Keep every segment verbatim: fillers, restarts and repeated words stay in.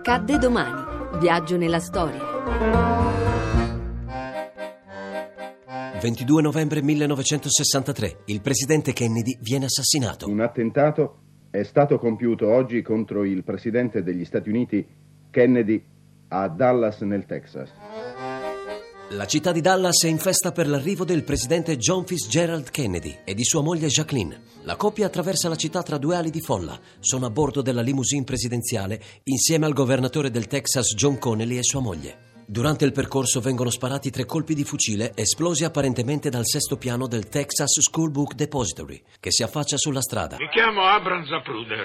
Accadde domani. Viaggio nella storia. ventidue novembre millenovecentosessantatré. Il presidente Kennedy viene assassinato. Un attentato è stato compiuto oggi contro il presidente degli Stati Uniti, Kennedy, a Dallas, nel Texas. La città di Dallas è in festa per l'arrivo del presidente John Fitzgerald Kennedy e di sua moglie Jacqueline. La coppia attraversa la città tra due ali di folla. Sono a bordo della limousine presidenziale insieme al governatore del Texas John Connally e sua moglie. Durante il percorso vengono sparati tre colpi di fucile esplosi apparentemente dal sesto piano del Texas School Book Depository, che si affaccia sulla strada. Mi chiamo Abram Zapruder.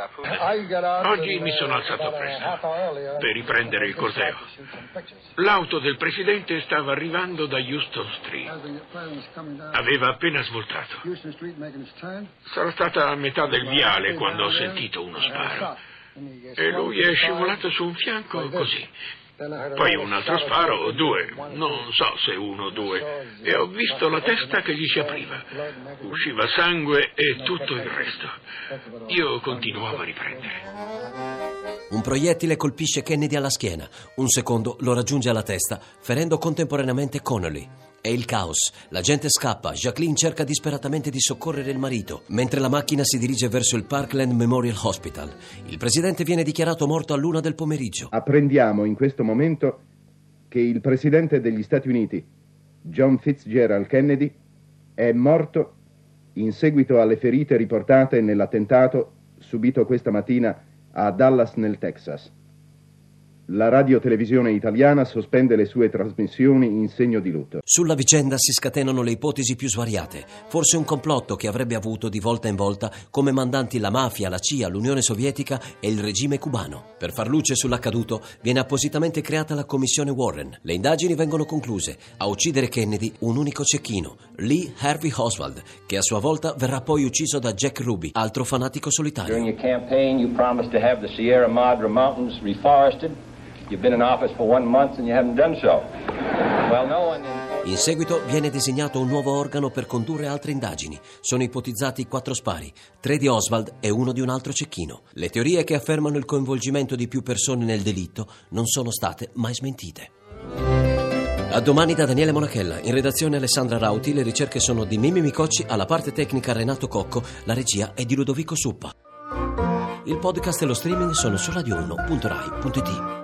Oggi mi sono alzato presto per riprendere il corteo. L'auto del presidente stava arrivando da Houston Street. Aveva appena svoltato. Sarà stata a metà del viale quando ho sentito uno sparo. E lui è scivolato su un fianco così. Poi un altro sparo, due, non so se uno o due, e ho visto la testa che gli si apriva. Usciva sangue e tutto il resto. Io continuavo a riprendere. Un proiettile colpisce Kennedy alla schiena, un secondo lo raggiunge alla testa, ferendo contemporaneamente Connally. È il caos, la gente scappa, Jacqueline cerca disperatamente di soccorrere il marito, mentre la macchina si dirige verso il Parkland Memorial Hospital. Il presidente viene dichiarato morto all'una del pomeriggio. Apprendiamo in questo momento che il presidente degli Stati Uniti, John Fitzgerald Kennedy, è morto in seguito alle ferite riportate nell'attentato subito questa mattina a Dallas, nel Texas. La radiotelevisione italiana sospende le sue trasmissioni in segno di lutto. Sulla vicenda si scatenano le ipotesi più svariate. Forse un complotto che avrebbe avuto di volta in volta come mandanti la mafia, la C I A, l'Unione Sovietica e il regime cubano. Per far luce sull'accaduto viene appositamente creata la commissione Warren. Le indagini vengono concluse. A uccidere Kennedy un unico cecchino, Lee Harvey Oswald, che a sua volta verrà poi ucciso da Jack Ruby, altro fanatico solitario. During your campaign you promised to have the Sierra Madre Mountains reforested. You've been in office for one month and you haven't done so. Well, no one in... In seguito viene designato un nuovo organo per condurre altre indagini. Sono ipotizzati quattro spari, tre di Oswald e uno di un altro cecchino. Le teorie che affermano il coinvolgimento di più persone nel delitto non sono state mai smentite. A domani da Daniele Monachella, in redazione Alessandra Rauti, le ricerche sono di Mimmi Micocci, alla parte tecnica Renato Cocco, la regia è di Ludovico Suppa. Il podcast e lo streaming sono su radio uno punto rai punto it.